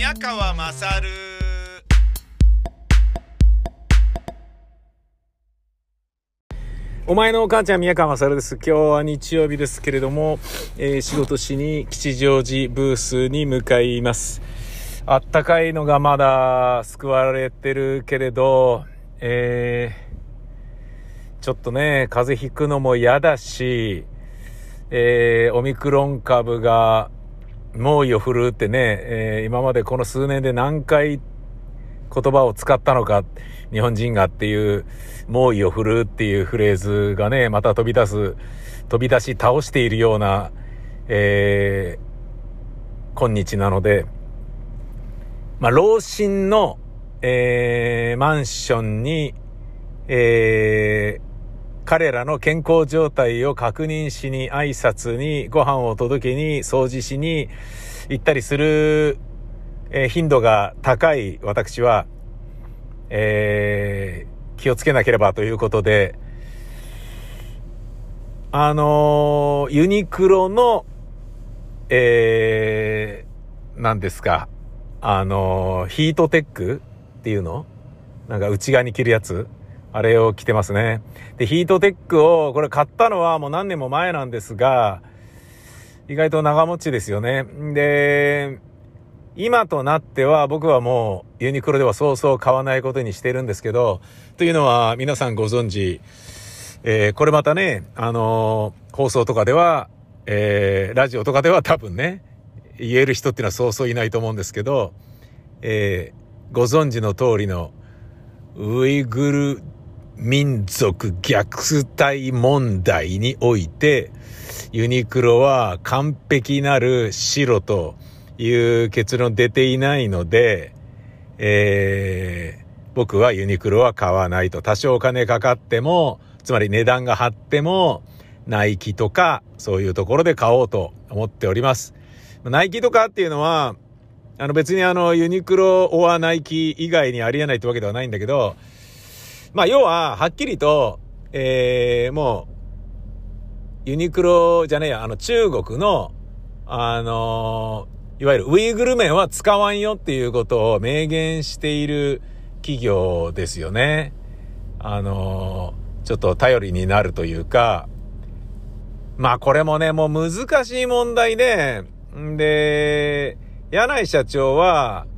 宮川勝。 お前のお母ちゃん宮川勝です。今日は日曜日ですけれども、仕事しに吉祥寺ブースに向かいます。あったかいのがまだ救われてるけれど、ちょっとね風邪ひくのも嫌だし、オミクロン株が猛威を振るうってね、今までこの数年で何回言葉を使ったのか、日本人がっていう猛威を振るうっていうフレーズがねまた飛び出し倒しているような、今日なので、老人の、マンションに、彼らの健康状態を確認しに、挨拶に、ご飯を届けに、掃除しに行ったりする、頻度が高い私は、気をつけなければということで、ユニクロの、何ですか、ヒートテックっていうの？なんか内側に着るやつ？あれを着てますね。で、ヒートテックを、これ買ったのはもう何年も前なんですが、意外と長持ちですよね。で、今となっては僕はもうユニクロではそうそう買わないことにしてるんですけど、というのは皆さんご存知、これまたね、放送とかでは、ラジオとかでは多分ね、言える人っていうのはそうそういないと思うんですけど、ご存知の通りのウイグル民族虐待問題において、ユニクロは完璧なる白という結論出ていないので、僕はユニクロは買わないと。多少お金かかっても、つまり値段が張っても、ナイキとかそういうところで買おうと思っております。ナイキとかっていうのは、別にユニクロオアナイキ以外にありえないってわけではないんだけど、要は、はっきりと、もう、ユニクロじゃねえや、中国の、いわゆるウイグル麺は使わんよっていうことを明言している企業ですよね。ちょっと頼りになるというか、これもね、もう難しい問題で、柳井社長は、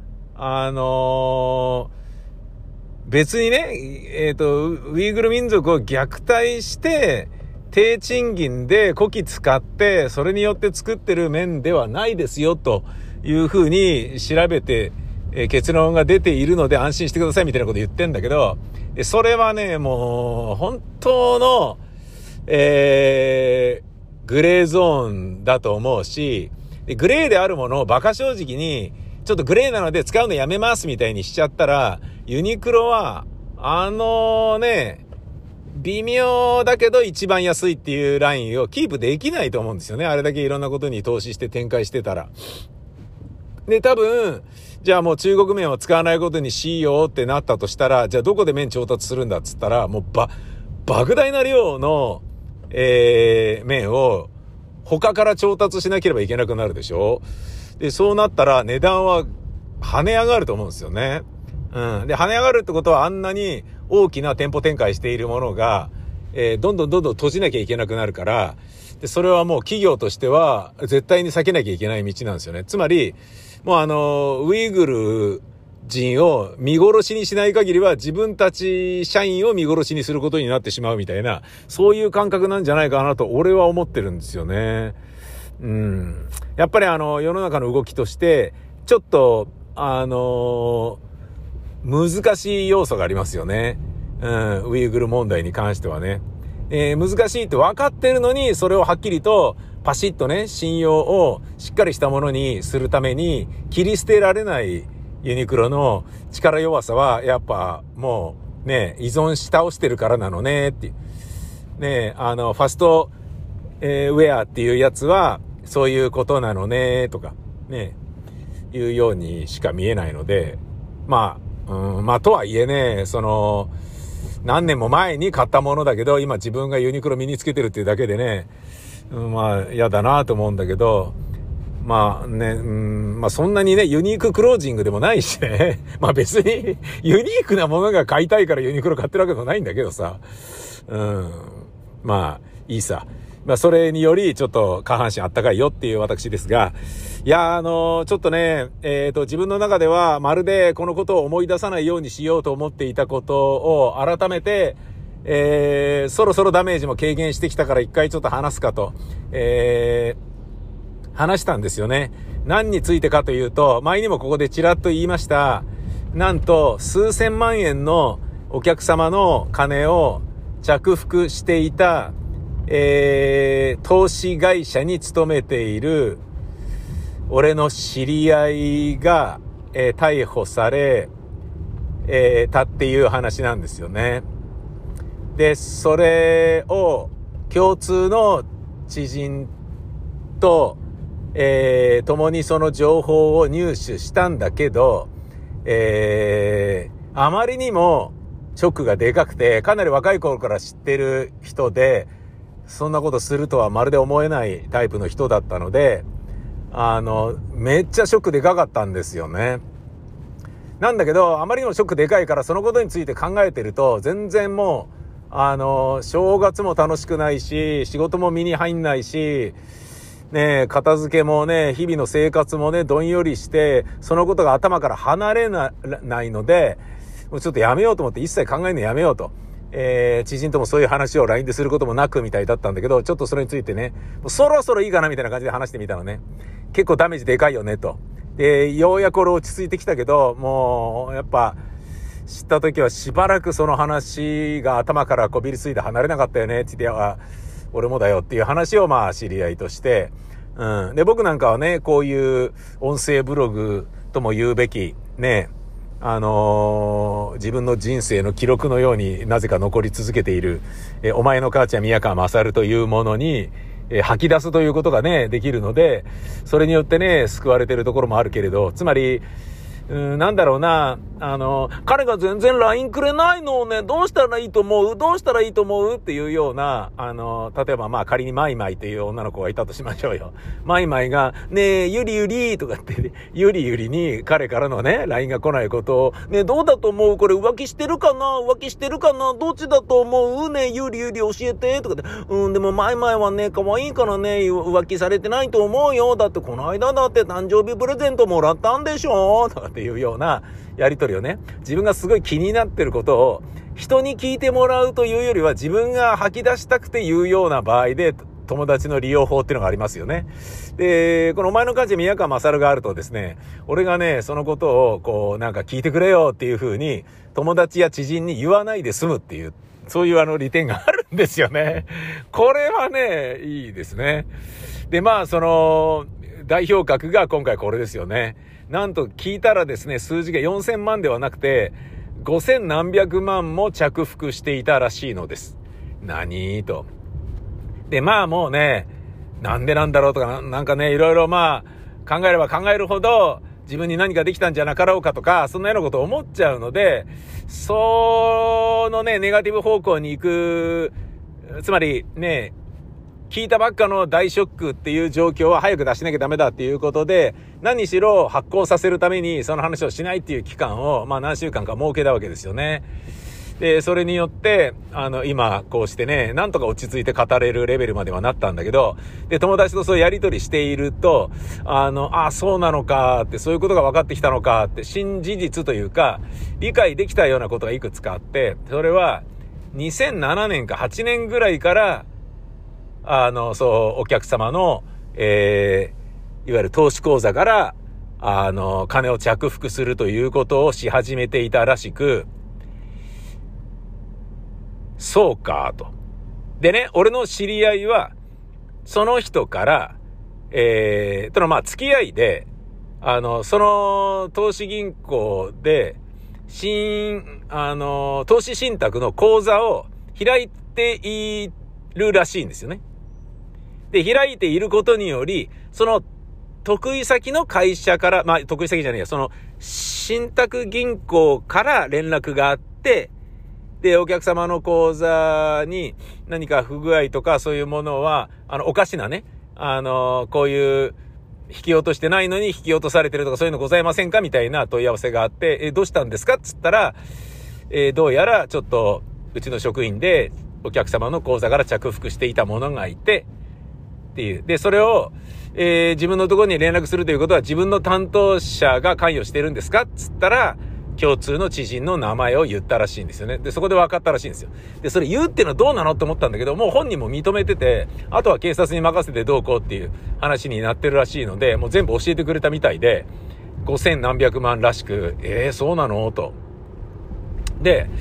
別にね、ウイグル民族を虐待して、低賃金でこき使って、それによって作ってる麺ではないですよ、というふうに調べて、結論が出ているので安心してくださいみたいなこと言ってんだけど、それはね、もう、本当の、グレーゾーンだと思うし、グレーであるものを馬鹿正直に、ちょっとグレーなので使うのやめますみたいにしちゃったら、ユニクロは、微妙だけど一番安いっていうラインをキープできないと思うんですよね。あれだけいろんなことに投資して展開してたら。で、多分、じゃあもう中国麺を使わないことにしようってなったとしたら、じゃあどこで麺調達するんだっつったら、もう莫大な量の、麺を他から調達しなければいけなくなるでしょ。で、そうなったら値段は跳ね上がると思うんですよね。で、跳ね上がるってことはあんなに大きな店舗展開しているものが、どんどん閉じなきゃいけなくなるから、で、それはもう企業としては絶対に避けなきゃいけない道なんですよね。つまり、もうウイグル人を見殺しにしない限りは自分たち社員を見殺しにすることになってしまうみたいな、そういう感覚なんじゃないかなと俺は思ってるんですよね。やっぱり世の中の動きとして、ちょっと、難しい要素がありますよね。ウイグル問題に関してはね。難しいって分かってるのに、それをはっきりとパシッとね、信用をしっかりしたものにするために切り捨てられないユニクロの力弱さは、やっぱもうね、依存し倒してるからなのねっていう。ね、ファスト、ウェアっていうやつはそういうことなのねとかね、いうようにしか見えないので、とはいえね、何年も前に買ったものだけど、今自分がユニクロ身につけてるっていうだけでね、嫌だなと思うんだけど、 まあね、まあそんなにね、ユニーククロージングでもないしね。まあ別に、ユニークなものが買いたいからユニクロ買ってるわけでもないんだけどさ。まあ、いいさ。まあそれにより、ちょっと下半身あったかいよっていう私ですが。いや、ちょっとね、自分の中では、まるでこのことを思い出さないようにしようと思っていたことを改めて、そろそろダメージも軽減してきたから一回ちょっと話すかと、話したんですよね。何についてかというと、前にもここでちらっと言いました。なんと、数千万円のお客様の金を着服していた、投資会社に勤めている俺の知り合いが、逮捕され、たっていう話なんですよね。で、それを共通の知人と、共にその情報を入手したんだけど、あまりにもショックがでかくて、かなり若い頃から知ってる人で、そんなことするとはまるで思えないタイプの人だったので、めっちゃショックでかかったんですよね。なんだけど、あまりにもショックでかいから、そのことについて考えてると、全然もう、正月も楽しくないし、仕事も身に入んないし、ねえ、片付けもね、日々の生活もね、どんよりして、そのことが頭から離れないので、もうちょっとやめようと思って一切考えるのやめようと。知人ともそういう話を LINE ですることもなくみたいだったんだけど、ちょっとそれについてね、もうそろそろいいかなみたいな感じで話してみたのね。結構ダメージでかいよねと。で、ようやく俺落ち着いてきたけど、もう、やっぱ、知った時はしばらくその話が頭からこびりついて離れなかったよねって言って、俺もだよっていう話をまあ知り合いとして、で、僕なんかはね、こういう音声ブログとも言うべき、ね、自分の人生の記録のようになぜか残り続けている、お前の母ちゃん宮川勝というものに、吐き出すということがね、できるので、それによってね、救われているところもあるけれど、つまり、なんだろうな、彼が全然 LINE くれないのをね、どうしたらいいと思うっていうような、例えばまあ仮にマイマイという女の子がいたとしましょうよ。マイマイが、ねえ、ゆりゆりとかって、ゆりゆりに彼からのね、LINE が来ないことを、ねえ、どうだと思うこれ浮気してるかなどっちだと思うねえ、ゆりゆり教えてとかで、でもマイマイはね、可愛いからね、浮気されてないと思うよ。だってこの間だって誕生日プレゼントもらったんでしょとかっていうようなやりとりをね、自分がすごい気になってることを人に聞いてもらうというよりは自分が吐き出したくて言うような場合で友達の利用法っていうのがありますよね。で、このお前の感じ宮川勝があるとですね、俺がね、そのことをこうなんか聞いてくれよっていう風に友達や知人に言わないで済むっていう、そういう利点があるんですよね。これはね、いいですね。で、まあその代表格が今回これですよね。なんと聞いたらですね、数字が4000万ではなくて、5000何百万も着服していたらしいのです。何と。で、まあもうね、なんでなんだろうとか、なんかね、いろいろまあ、考えれば考えるほど、自分に何かできたんじゃなかろうかとか、そんなようなことを思っちゃうので、そのね、ネガティブ方向に行く、つまりね、聞いたばっかの大ショックっていう状況は早く出しなきゃダメだっていうことで、何しろ発行させるためにその話をしないっていう期間を、まあ何週間か設けたわけですよね。で、それによって、今こうしてね、なんとか落ち着いて語れるレベルまではなったんだけど、で、友達とそういうやりとりしていると、そうなのかって、そういうことが分かってきたのかって、新事実というか、理解できたようなことがいくつかあって、それは、2007年か8年ぐらいから、お客様の、いわゆる投資口座から、金を着服するということをし始めていたらしく、そうか、と。でね、俺の知り合いは、その人から、まあ、付き合いで、その投資銀行で、投資信託の口座を開いているらしいんですよね。で、開いていることにより、その得意先の会社から、まあ、得意先じゃねえや、その信託銀行から連絡があって、で、お客様の口座に何か不具合とかそういうものは、おかしなね、こういう、 引き落としてないのに引き落とされてるとかそういうのございませんかみたいな問い合わせがあって、どうしたんですかっつったら、どうやらちょっとうちの職員でお客様の口座から着服していたものがいてっていう。で、それを、自分のところに連絡するということは自分の担当者が関与してるんですかっつったら、共通の知人の名前を言ったらしいんですよね。で、そこで分かったらしいんですよ。で、それ言うっていうのはどうなのって思ったんだけど、もう本人も認めてて、あとは警察に任せてどうこうっていう話になってるらしいので、もう全部教えてくれたみたいで、5000何百万らしく、そうなのと。で、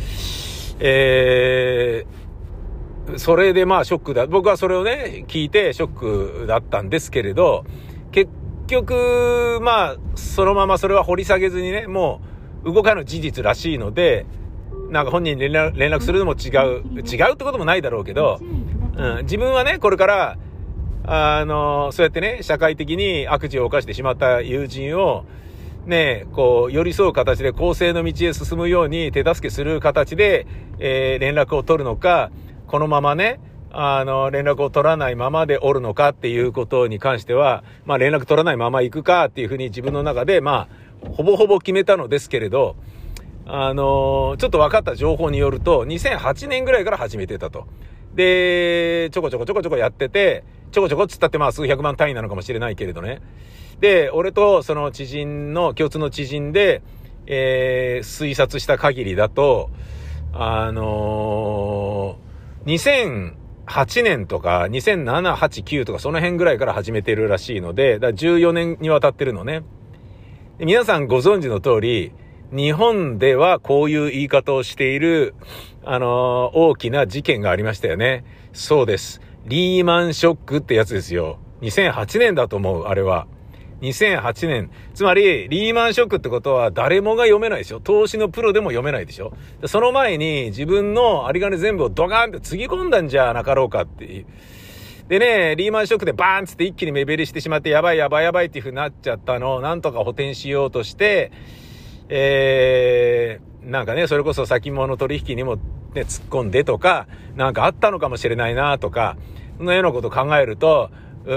それでまあショックだ。僕はそれをね、聞いてショックだったんですけれど、結局、まあ、そのままそれは掘り下げずにね、もう、動かぬ事実らしいので、なんか本人に連絡するのも違うってこともないだろうけど、自分はね、これから、そうやってね、社会的に悪事を犯してしまった友人を、ね、こう、寄り添う形で更生の道へ進むように手助けする形で、連絡を取るのか、このままね、連絡を取らないままでおるのかっていうことに関しては、まあ連絡取らないまま行くかっていうふうに自分の中で、まあ、ほぼほぼ決めたのですけれど、ちょっと分かった情報によると、2008年ぐらいから始めてたと。で、ちょこちょこやってて、ちょこちょこっつったってまあ数百万単位なのかもしれないけれどね。で、俺とその共通の知人で、推察した限りだと、2008年とか2007、8、9とかその辺ぐらいから始めてるらしいので、だ14年にわたってるのね。で皆さんご存知の通り、日本ではこういう言い方をしている、大きな事件がありましたよね。そうです。リーマンショックってやつですよ。2008年だと思う、あれは。2008年。つまり、リーマンショックってことは誰もが読めないでしょ。投資のプロでも読めないでしょ。その前に自分の有り金全部をドカーンってつぎ込んだんじゃなかろうかっていう。でね、リーマンショックでバーンつって一気に目減りしてしまってやばいっていう風になっちゃったのをなんとか補填しようとして、なんかね、それこそ先物取引にもね、突っ込んでとか、なんかあったのかもしれないなとか、そのようなことを考えると、だ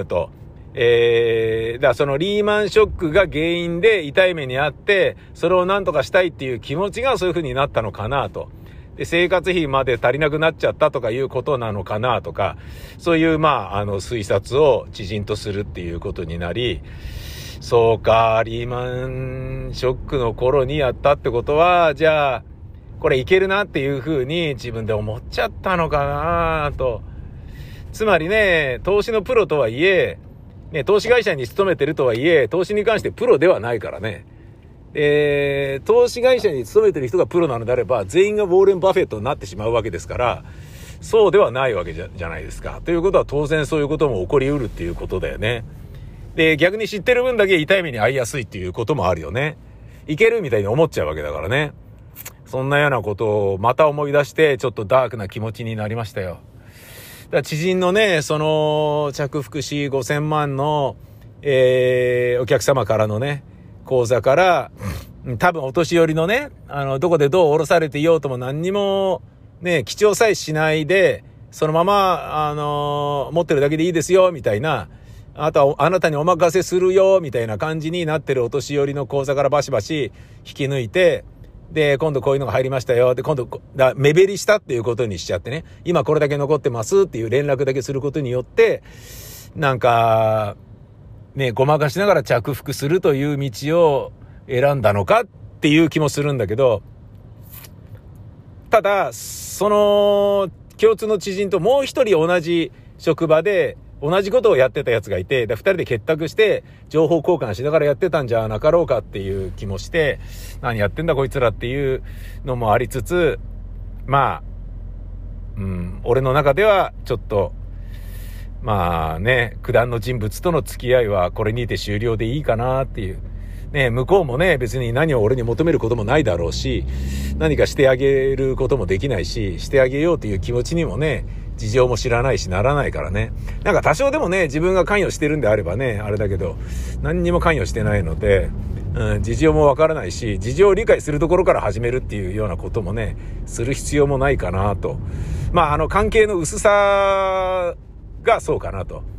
からそのリーマンショックが原因で痛い目にあって、それをなんとかしたいっていう気持ちがそういう風になったのかなと。で、生活費まで足りなくなっちゃったとかいうことなのかなとか、そういう、まあ、推察を知人とするっていうことになり、そうか、リーマンショックの頃にやったってことは、じゃあ、これいけるなっていうふうに自分で思っちゃったのかなと。つまりね、投資のプロとはいえ、ね、投資会社に勤めてるとはいえ、投資に関してプロではないからね。投資会社に勤めてる人がプロなのであれば、全員がウォーレン・バフェットになってしまうわけですから、そうではないわけじゃないですか。ということは当然そういうことも起こりうるっていうことだよね。で、逆に知ってる分だけ痛い目に遭いやすいっていうこともあるよね。いけるみたいに思っちゃうわけだからね。そんなようなことをまた思い出して、ちょっとダークな気持ちになりましたよ。だから知人のね、その着服し5000万の、お客様からのね、口座から、多分お年寄りのね、どこでどう下ろされていようとも何にも、ね、記帳さえしないで、そのまま、持ってるだけでいいですよ、みたいな、あとはあなたにお任せするよ、みたいな感じになってるお年寄りの口座からバシバシ引き抜いて、で、今度こういうのが入りましたよ。で、今度、目減りしたっていうことにしちゃってね、今これだけ残ってますっていう連絡だけすることによって、なんか、ね、ごまかしながら着服するという道を選んだのかっていう気もするんだけど、ただ、その共通の知人ともう一人同じ職場で同じことをやってたやつがいて、二人で結託して情報交換しながらやってたんじゃなかろうかっていう気もして、何やってんだこいつらっていうのもありつつ、まあ、俺の中ではちょっと、まあね、九段の人物との付き合いはこれにて終了でいいかなっていう。ね、向こうもね、別に何を俺に求めることもないだろうし、何かしてあげることもできないし、してあげようという気持ちにもね、事情も知らないしならないからね。なんか多少でもね、自分が関与してるんであればね、あれだけど、何にも関与してないので、事情もわからないし、事情を理解するところから始めるっていうようなこともね、する必要もないかなと。まあ、関係の薄さがそうかなと。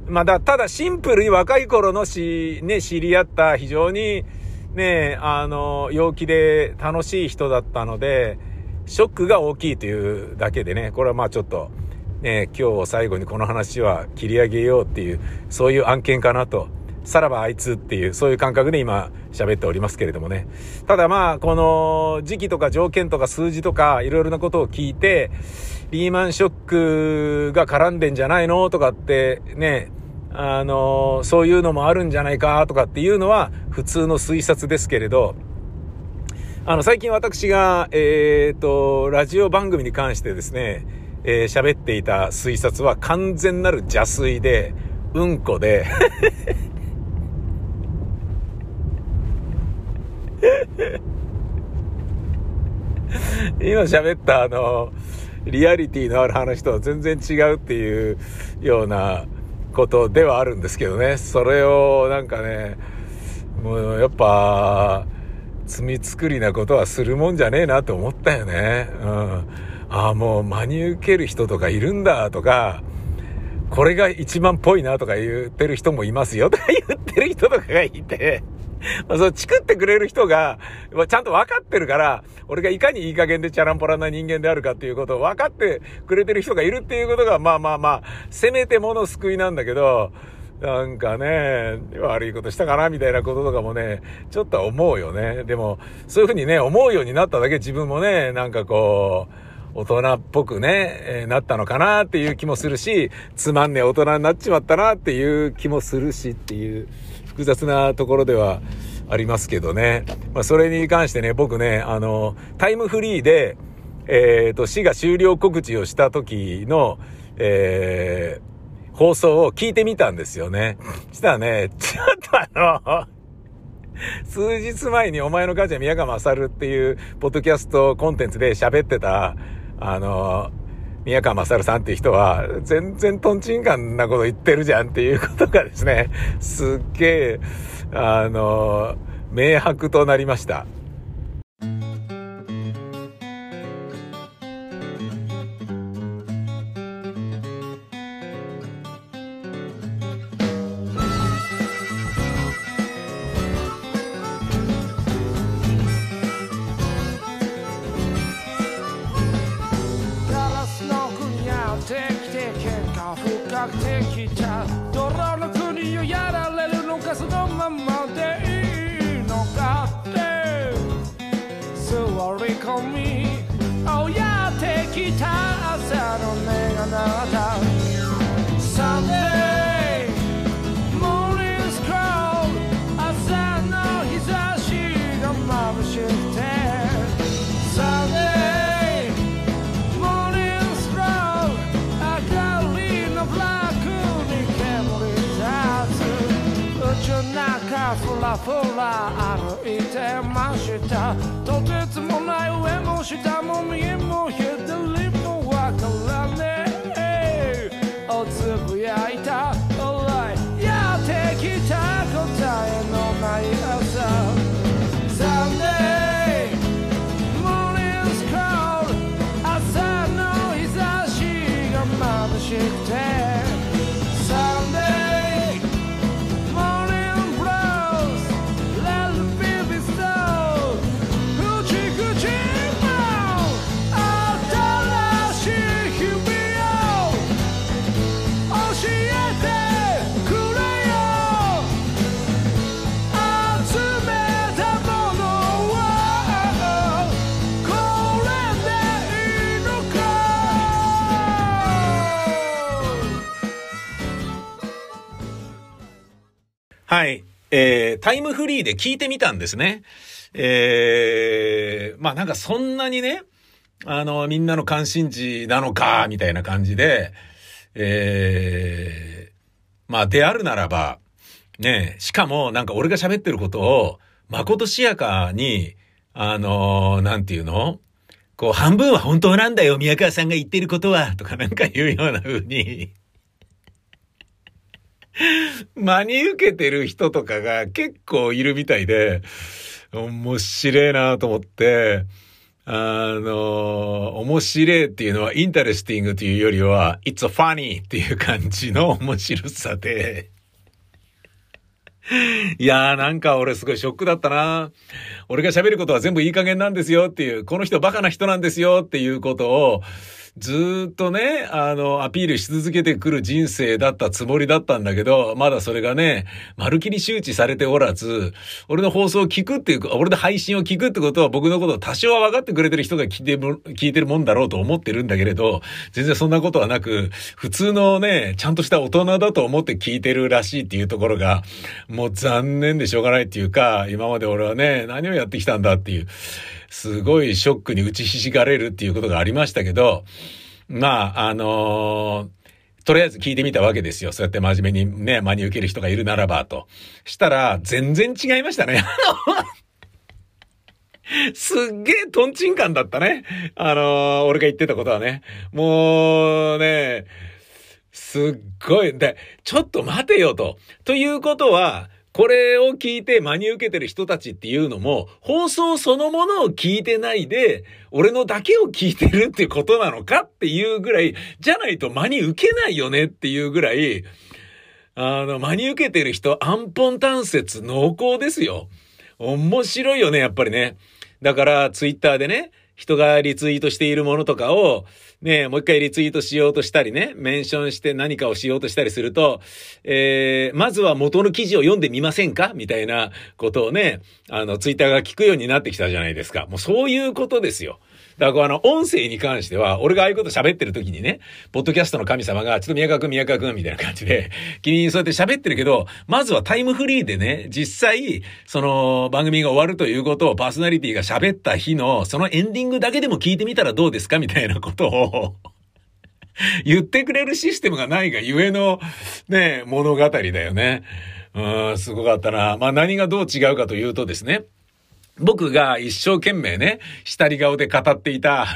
まあただシンプルに若い頃の知り合った非常にね、陽気で楽しい人だったので、ショックが大きいというだけでね、これはまあちょっと、ね、今日最後にこの話は切り上げようっていう、そういう案件かなと。さらばあいつっていう、そういう感覚で今喋っておりますけれどもね。ただまあ、この時期とか条件とか数字とかいろいろなことを聞いて、リーマンショックが絡んでんじゃないのとかってね、そういうのもあるんじゃないかとかっていうのは普通の推察ですけれど、最近私が、ラジオ番組に関してですね、喋っていた推察は完全なる邪推で、うんこで、今喋ったリアリティのある話とは全然違うっていうようなことではあるんですけどね。それをなんかね、もうやっぱ罪作りなことはするもんじゃねえなと思ったよね。うん。ああ、もう真に受ける人とかいるんだとか、これが一番っぽいなとか言ってる人もいますよとか言ってる人とかがいて、まあ、そうチクってくれる人がちゃんと分かってるから、俺がいかにいい加減でチャランポランな人間であるかっていうことを分かってくれてる人がいるっていうことが、まあせめてもの救いなんだけど、なんかね、悪いことしたかなみたいなこととかもね、ちょっと思うよね。でもそういうふうにね、思うようになっただけ自分もね、なんかこう大人っぽくね、なったのかなっていう気もするし、つまんねえ大人になっちまったなっていう気もするしっていう複雑なところではありますけどね。まあそれに関してね、僕ね、タイムフリーで、市が終了告知をした時の、放送を聞いてみたんですよね。したらね、ちょっと数日前にお前の母ちゃん宮川勝っていうポッドキャストコンテンツで喋ってた、宮川勝さんっていう人は、全然トンチンカンなこと言ってるじゃんっていうことがですね、すっげえ、明白となりました。 泥の国をやられるのかそのままでいいのかって座り込みをやってきた朝のねあなた Sunday Morning Scroll 朝の日差しが眩しくて Sunday Morning Scroll 明かりのブラック中ふらふら歩いてました。とてつもない上も下も右も左もわからねえをつぶやいた Alright やってきた答えのない朝 Sunday Morning Scroll 朝の日差しが眩しくてはい。タイムフリーで聞いてみたんですね。まあなんかそんなにね、みんなの関心事なのか、みたいな感じで、まあであるならば、ね、しかもなんか俺が喋ってることを、まことしやかに、なんていうの？こう、半分は本当なんだよ、宮川さんが言ってることは、とかなんか言うような風に、真に受けてる人とかが結構いるみたいで、面白いなと思って、 面白いっていうのはインタレスティングというよりは、it's funny っていう感じの面白さで。いやーなんか俺すごいショックだったな。俺が喋ることは全部いい加減なんですよっていう、この人バカな人なんですよっていうことを、ずーっとね、アピールし続けてくる人生だったつもりだったんだけど、まだそれがね、まるきり周知されておらず、俺の放送を聞くっていう、俺の配信を聞くってことは僕のことを多少は分かってくれてる人が聞いてるもんだろうと思ってるんだけれど、全然そんなことはなく、普通のね、ちゃんとした大人だと思って聞いてるらしいっていうところが、もう残念でしょうがないっていうか、今まで俺はね、何をやってきたんだっていう、すごいショックに打ちひしがれるっていうことがありましたけど、まあ、とりあえず聞いてみたわけですよ。そうやって真面目にね、真に受ける人がいるならばと。したら、全然違いましたね。すっげえトンチンカンだったね。俺が言ってたことはね。もうね、すっごい。で、ちょっと待てよと。ということは、これを聞いて真に受けてる人たちっていうのも、放送そのものを聞いてないで、俺のだけを聞いてるってことなのかっていうぐらい、じゃないと真に受けないよねっていうぐらい、真に受けてる人、アンポン単節濃厚ですよ。面白いよね、やっぱりね。だから、ツイッターでね、人がリツイートしているものとかを、ね、もう一回リツイートしようとしたりね、メンションして何かをしようとしたりすると、まずは元の記事を読んでみませんかみたいなことをね、ツイッターが聞くようになってきたじゃないですか。もうそういうことですよ。だから音声に関しては、俺がああいうこと喋ってる時にね、ポッドキャストの神様が、ちょっと宮川くんみたいな感じで、君そうやって喋ってるけど、まずはタイムフリーでね、実際、その番組が終わるということをパーソナリティが喋った日の、そのエンディングだけでも聞いてみたらどうですかみたいなことを、言ってくれるシステムがないがゆえの、ね、物語だよね。すごかったな。まあ何がどう違うかというとですね、僕が一生懸命ね、下り顔で語っていた、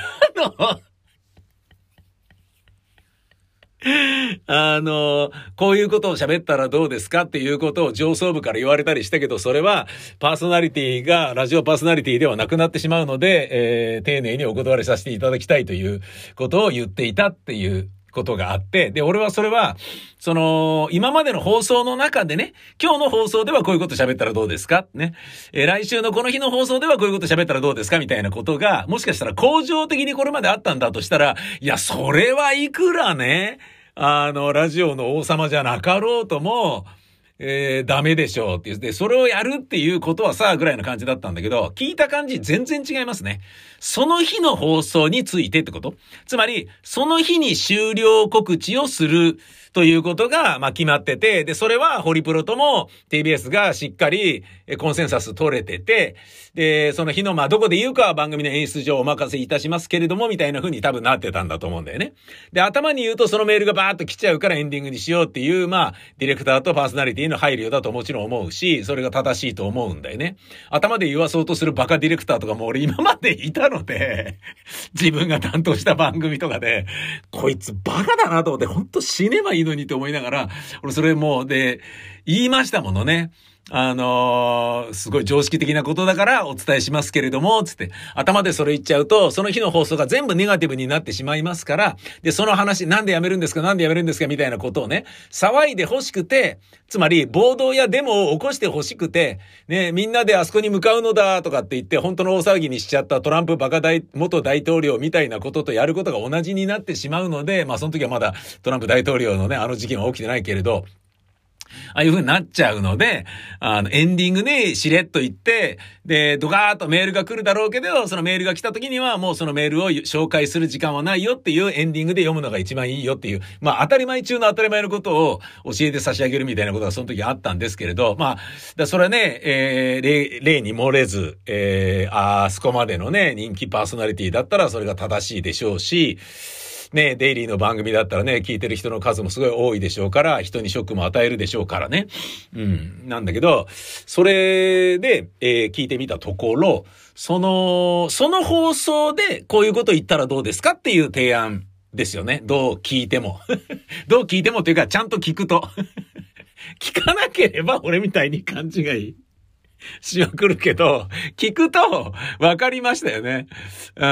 こういうことを喋ったらどうですかっていうことを上層部から言われたりしたけど、それはパーソナリティがラジオパーソナリティではなくなってしまうので、丁寧にお断りさせていただきたいということを言っていたっていうことがあって、で、俺はそれは、今までの放送の中でね、今日の放送ではこういうこと喋ったらどうですかね。来週のこの日の放送ではこういうこと喋ったらどうですかみたいなことが、もしかしたら恒常的にこれまであったんだとしたら、いや、それはいくらね、ラジオの王様じゃなかろうとも、ダメでしょうって言って、それをやるっていうことはさ、ぐらいの感じだったんだけど、聞いた感じ全然違いますね。その日の放送についてってこと？つまり、その日に終了告知をするということが、まあ、決まってて、で、それはホリプロとも TBS がしっかりコンセンサス取れてて、で、その日の、まあ、どこで言うかは番組の演出上お任せいたしますけれども、みたいな風に多分なってたんだと思うんだよね。で、頭に言うとそのメールがバーッと来ちゃうからエンディングにしようっていう、まあ、ディレクターとパーソナリティの配慮だともちろん思うし、それが正しいと思うんだよね。頭で言わそうとするバカディレクターとかも俺今までいたので、自分が担当した番組とかで、こいつバカだなと思って、ほんと死ねばいいのにと思いながら、俺それもう、で、言いましたものね。すごい常識的なことだからお伝えしますけれども、つって、頭でそれ言っちゃうと、その日の放送が全部ネガティブになってしまいますから、で、その話、なんでやめるんですかみたいなことをね、騒いで欲しくて、つまり、暴動やデモを起こして欲しくて、ね、みんなであそこに向かうのだ、とかって言って、本当の大騒ぎにしちゃったトランプ元大統領みたいなこととやることが同じになってしまうので、まあ、その時はまだトランプ大統領のね、事件は起きてないけれど、ああいう風になっちゃうので、エンディングでしれっと言って、で、ドカーッとメールが来るだろうけど、そのメールが来た時にはもうそのメールを紹介する時間はないよっていうエンディングで読むのが一番いいよっていう、まあ当たり前中の当たり前のことを教えて差し上げるみたいなことがその時あったんですけれど、まあ、それはね、例に漏れず、あそこまでのね、人気パーソナリティだったらそれが正しいでしょうし、ね、デイリーの番組だったらね、聞いてる人の数もすごい多いでしょうから、人にショックも与えるでしょうからね。なんだけど、それで、聞いてみたところ、その放送でこういうこと言ったらどうですかっていう提案ですよね。どう聞いても。どう聞いてもっていうか、ちゃんと聞くと。聞かなければ俺みたいに勘違いしまくるけど、聞くと分かりましたよね。うん。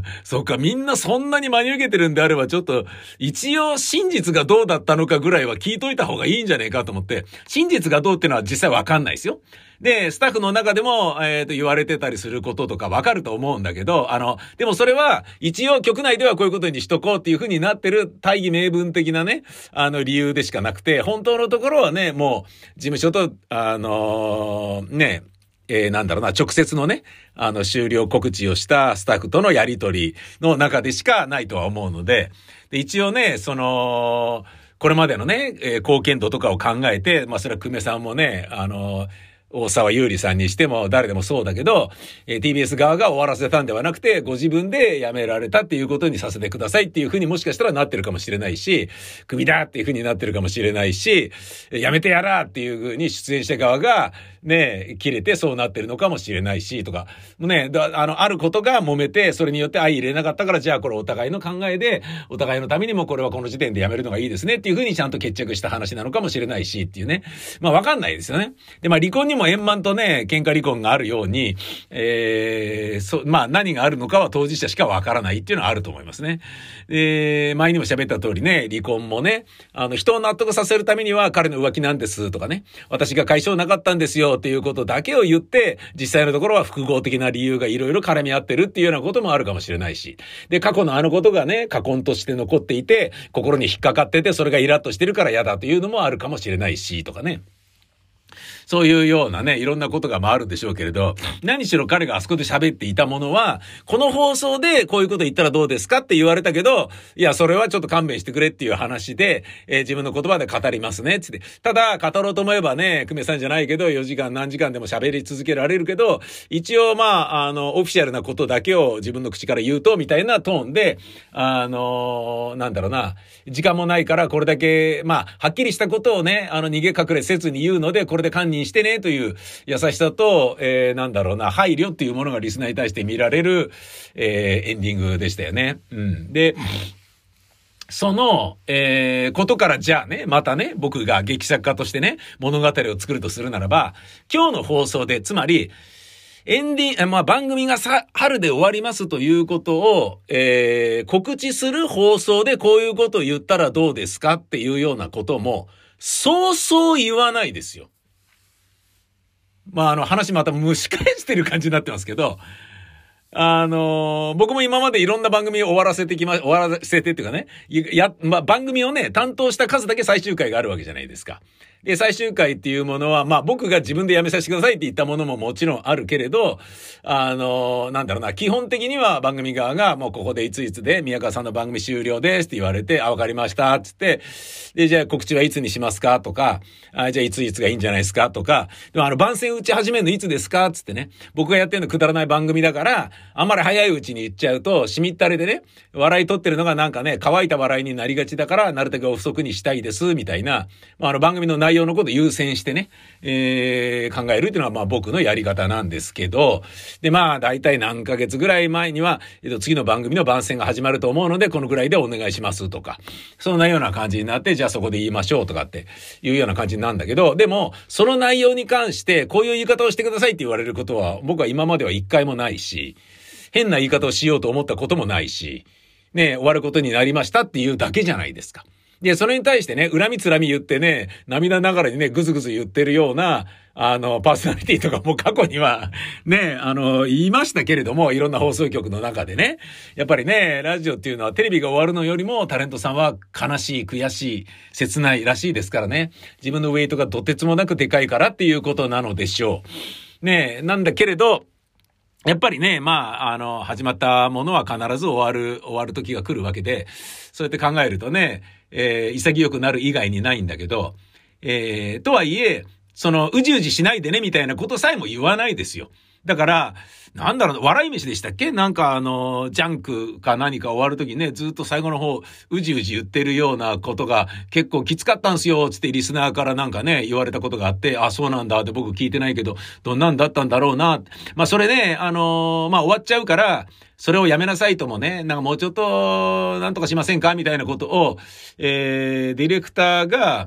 そっか、みんなそんなに真に受けてるんであれば、ちょっと、一応真実がどうだったのかぐらいは聞いといた方がいいんじゃねえかと思って、真実がどうってのは実際分かんないですよ。で、スタッフの中でも、言われてたりすることとか分かると思うんだけど、でもそれは、一応局内ではこういうことにしとこうっていう風になってる大義名分的なね、理由でしかなくて、本当のところはね、もう、事務所と、ね、なんだろうな、直接のね、終了告知をしたスタッフとのやりとりの中でしかないとは思うので、で一応ね、これまでのね、貢献度とかを考えて、まあそれは久米さんもね、大沢優里さんにしても誰でもそうだけど、TBS 側が終わらせたんではなくて、ご自分で辞められたっていうことにさせてくださいっていうふうにもしかしたらなってるかもしれないし、クビだっていうふうになってるかもしれないし、辞めてやらっていうふうに出演した側が、ね、切れてそうなってるのかもしれないし、とか、ね、あることが揉めて、それによって相入れなかったから、じゃあこれお互いの考えで、お互いのためにもこれはこの時点で辞めるのがいいですねっていうふうにちゃんと決着した話なのかもしれないしっていうね。まあわかんないですよね。で、まあ離婚にも円満とね、喧嘩離婚があるように、まあ何があるのかは当事者しかわからないっていうのはあると思いますね。前にも喋った通りね、離婚もね、人を納得させるためには彼の浮気なんですとかね、私が解消なかったんですよっていうことだけを言って、実際のところは複合的な理由がいろいろ絡み合ってるっていうようなこともあるかもしれないし、で、過去のことがね、過根として残っていて、心に引っかかってて、それがイラッとしてるから嫌だというのもあるかもしれないし、とかね。そういうようなね、いろんなことがあるんでしょうけれど、何しろ彼があそこで喋っていたものは、この放送でこういうこと言ったらどうですかって言われたけど、いや、それはちょっと勘弁してくれっていう話で、自分の言葉で語りますね、つって。ただ、語ろうと思えばね、久米さんじゃないけど、4時間何時間でも喋り続けられるけど、一応まあ、オフィシャルなことだけを自分の口から言うと、みたいなトーンで、なんだろうな、時間もないからこれだけ、まあ、はっきりしたことをね、逃げ隠れせずに言うので、これで堪忍してね、という優しさと、なんだろうな、配慮っていうものがリスナーに対して見られる、エンディングでしたよね。うん。で、その、ことからじゃあね、またね、僕が劇作家としてね、物語を作るとするならば、今日の放送で、つまり、番組が春で終わりますということを、告知する放送でこういうことを言ったらどうですかっていうようなことも、そうそう言わないですよ。まあ、話また蒸し返してる感じになってますけど、僕も今までいろんな番組を終わらせてっていうかね、番組をね、担当した数だけ最終回があるわけじゃないですか。で、最終回っていうものは、まあ僕が自分で辞めさせてくださいって言ったものももちろんあるけれど、なんだろうな、基本的には番組側がもうここでいついつで宮川さんの番組終了ですって言われて、わかりました、つって、で、じゃあ告知はいつにしますかとか、じゃあいついつがいいんじゃないですかとか、でも番宣打ち始めるのいつですかつってね、僕がやってるのくだらない番組だから、あんまり早いうちに言っちゃうと、しみったれでね、笑い取ってるのがなんかね、乾いた笑いになりがちだから、なるだけお不足にしたいです、みたいな、番組の内容のことを優先してね、考えるっていうのはまあ僕のやり方なんですけど、でまあ大体何ヶ月ぐらい前には、次の番組の番宣が始まると思うので、このぐらいでお願いしますとか、そんなような感じになって、じゃあそこで言いましょうとかっていうような感じなんだけど、でも、その内容に関して、こういう言い方をしてくださいって言われることは、僕は今までは一回もないし、変な言い方をしようと思ったこともないし、ね、終わることになりましたっていうだけじゃないですか。で、それに対してね、恨みつらみ言ってね、涙ながらにね、ぐずぐず言ってるような、パーソナリティとかも過去には、ね、言いましたけれども、いろんな放送局の中でね、やっぱりね、ラジオっていうのはテレビが終わるのよりも、タレントさんは悲しい、悔しい、切ないらしいですからね、自分のウェイトがとてつもなくでかいからっていうことなのでしょう。ね、なんだけれど、やっぱりね、まあ、始まったものは必ず終わる時が来るわけで、そうやって考えるとね、潔くなる以外にないんだけど、とはいえ、うじうじしないでね、みたいなことさえも言わないですよ。だから、なんだろう、笑い飯でしたっけ？なんかジャンクか何か終わるときね、ずっと最後の方、うじうじ言ってるようなことが結構きつかったんすよ、つってリスナーからなんかね、言われたことがあって、あ、そうなんだって僕聞いてないけど、どんなんだったんだろうな。まあそれね、まあ終わっちゃうから、それをやめなさいともね、なんかもうちょっと、なんとかしませんかみたいなことを、ディレクターが、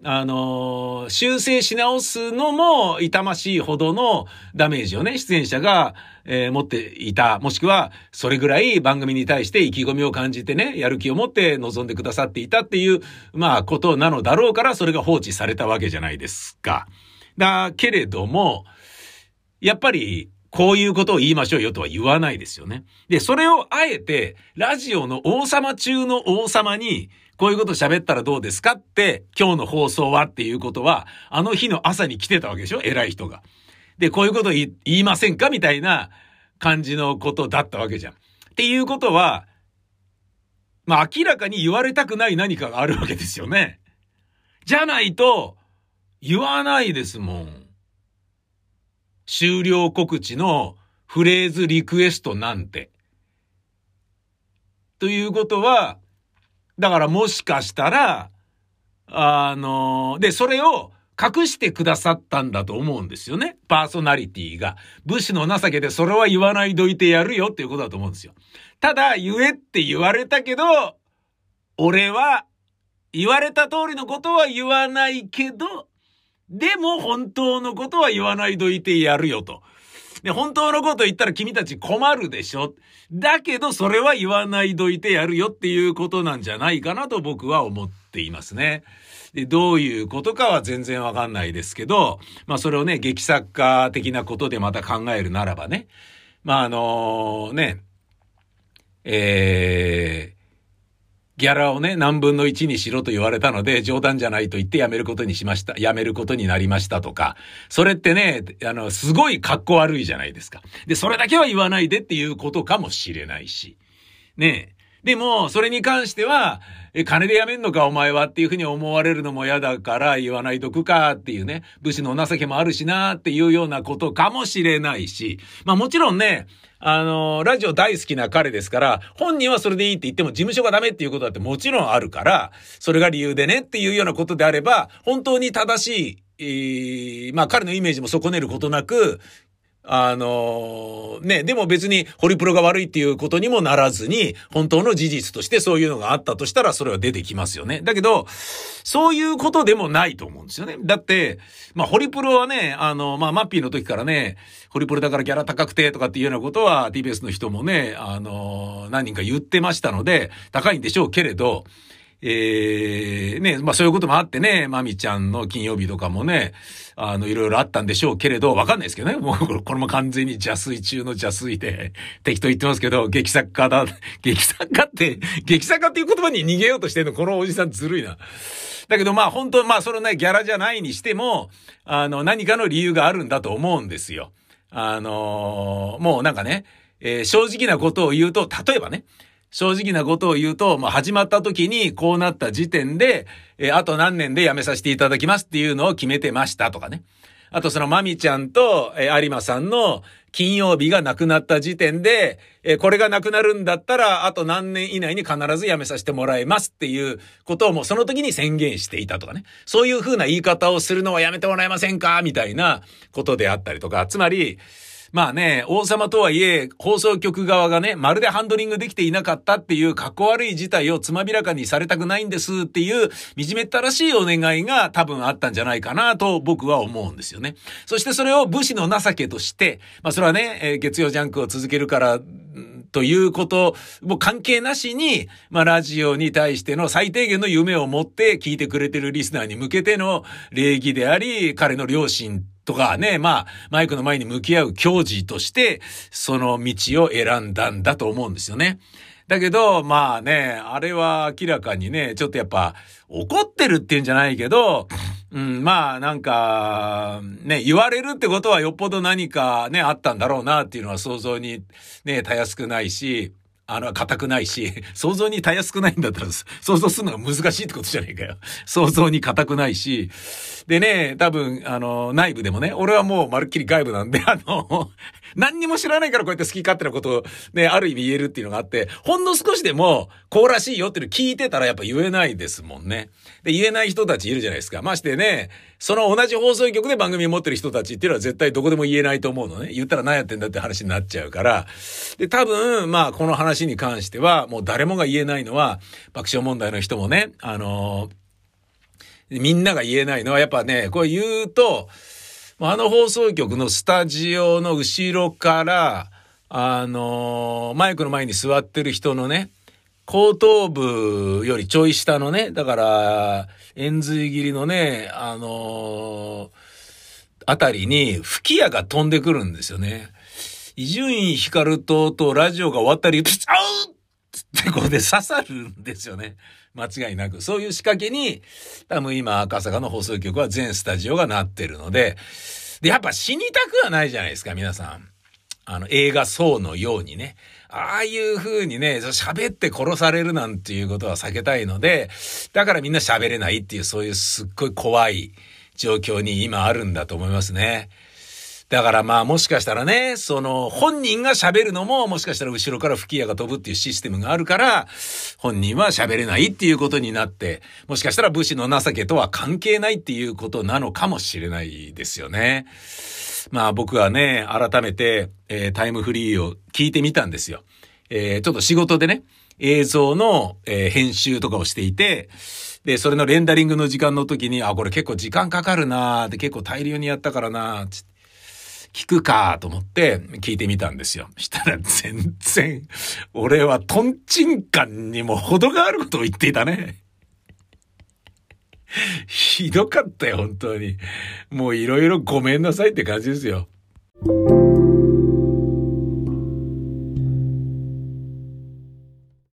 修正し直すのも痛ましいほどのダメージをね、出演者が、持っていた。もしくは、それぐらい番組に対して意気込みを感じてね、やる気を持って臨んでくださっていたっていう、まあ、ことなのだろうから、それが放置されたわけじゃないですか。だけれども、やっぱり、こういうことを言いましょうよとは言わないですよね。で、それをあえて、ラジオの王様中の王様に、こういうこと喋ったらどうですかって、今日の放送はっていうことは、あの日の朝に来てたわけでしょ？偉い人が。で、こういうこと言いませんかみたいな感じのことだったわけじゃん。っていうことは、まあ明らかに言われたくない何かがあるわけですよね。じゃないと、言わないですもん。終了告知のフレーズリクエストなんて。ということは、だからもしかしたら、で、それを隠してくださったんだと思うんですよね。パーソナリティが。武士の情けでそれは言わないどいてやるよっていうことだと思うんですよ。ただ、言えって言われたけど、俺は言われた通りのことは言わないけど、でも本当のことは言わないどいてやるよと。で、本当のこと言ったら君たち困るでしょ。だけどそれは言わないどいてやるよっていうことなんじゃないかなと僕は思っていますね。で、どういうことかは全然わかんないですけど、まあそれをね、劇作家的なことでまた考えるならばね。まあギャラをね、何分の1にしろと言われたので、冗談じゃないと言って辞めることになりましたとか、それってね、すごい格好悪いじゃないですか。で、それだけは言わないでっていうことかもしれないし。ねえ。でも、それに関しては、金で辞めんのかお前はっていうふうに思われるのも嫌だから言わないとくかっていうね、武士の情けもあるしなっていうようなことかもしれないし、まあもちろんね、ラジオ大好きな彼ですから、本人はそれでいいって言っても事務所がダメっていうことだってもちろんあるから、それが理由でねっていうようなことであれば、本当に正しい、まあ彼のイメージも損ねることなく、でも別にホリプロが悪いっていうことにもならずに、本当の事実としてそういうのがあったとしたらそれは出てきますよね。だけど、そういうことでもないと思うんですよね。だって、まあホリプロはね、マッピーの時からね、ホリプロだからギャラ高くてとかっていうようなことは TBS の人もね、何人か言ってましたので、高いんでしょうけれど、まあそういうこともあってね、まみちゃんの金曜日とかもね、いろいろあったんでしょうけれど、わかんないですけどね。もう、これも完全に邪推中の邪推で、適当言ってますけど、劇作家っていう言葉に逃げようとしてるの、このおじさんずるいな。だけどまあ本当、まあそれね、ギャラじゃないにしても、何かの理由があるんだと思うんですよ。もうなんかね、正直なことを言うと、例えばね、正直なことを言うと、まあ、始まった時にこうなった時点で、あと何年で辞めさせていただきますっていうのを決めてましたとかね。あとそのまみちゃんと、有馬さんの金曜日がなくなった時点で、これがなくなるんだったら、あと何年以内に必ず辞めさせてもらいますっていうことをもうその時に宣言していたとかね。そういう風な言い方をするのはやめてもらえませんかみたいなことであったりとか、つまり、まあね、王様とはいえ、放送局側がね、まるでハンドリングできていなかったっていう格好悪い事態をつまびらかにされたくないんですっていう、惨めったらしいお願いが多分あったんじゃないかなと僕は思うんですよね。そしてそれを武士の情けとして、まあそれはね、月曜ジャンクを続けるから、ということも関係なしに、まあラジオに対しての最低限の夢を持って聞いてくれてるリスナーに向けての礼儀であり、彼の良心とかね、まあ、マイクの前に向き合う矜持として、その道を選んだんだと思うんですよね。だけど、まあね、あれは明らかにね、ちょっとやっぱ、怒ってるっていうんじゃないけど、まあなんか、ね、言われるってことはよっぽど何かね、あったんだろうなっていうのは想像にね、たやすくないし、固くないし、想像にたやすくないんだったら、想像するのが難しいってことじゃねえかよ。想像に固くないし。でね、多分、内部でもね、俺はもうまるっきり外部なんで、何にも知らないからこうやって好き勝手なことをね、ある意味言えるっていうのがあって、ほんの少しでも、こうらしいよっていうの聞いてたらやっぱ言えないですもんね。で、言えない人たちいるじゃないですか。ましてね、その同じ放送局で番組持ってる人たちっていうのは絶対どこでも言えないと思うのね。言ったら何やってんだって話になっちゃうから。で、多分、まあ、この話に関しては、もう誰もが言えないのは、爆笑問題の人もね、 みんなが言えないのはやっぱね、これ言うと、あの放送局のスタジオの後ろから、マイクの前に座ってる人のね、後頭部よりちょい下のね、だから、円髄切りのね、あたりに吹き矢が飛んでくるんですよね。伊集院光とラジオが終わったり、プチャウってここで刺さるんですよね。間違いなく。そういう仕掛けに、多分今赤坂の放送局は全スタジオがなってるので、で、やっぱ死にたくはないじゃないですか、皆さん。映画層のようにね。ああいう風にね、喋って殺されるなんていうことは避けたいので、だからみんな喋れないっていう、そういうすっごい怖い状況に今あるんだと思いますね。だからまあもしかしたらね、本人が喋るのももしかしたら後ろから吹き矢が飛ぶっていうシステムがあるから、本人は喋れないっていうことになって、もしかしたら武士の情けとは関係ないっていうことなのかもしれないですよね。まあ僕はね、改めて、タイムフリーを聞いてみたんですよ。ちょっと仕事でね、映像の、編集とかをしていて、で、それのレンダリングの時間の時に、これ結構時間かかるなーって結構大量にやったからなーって。聞くかと思って聞いてみたんですよ。したら全然、俺はトンチンカンにも程があることを言っていたね。ひどかったよ、本当に。もういろいろごめんなさいって感じですよ。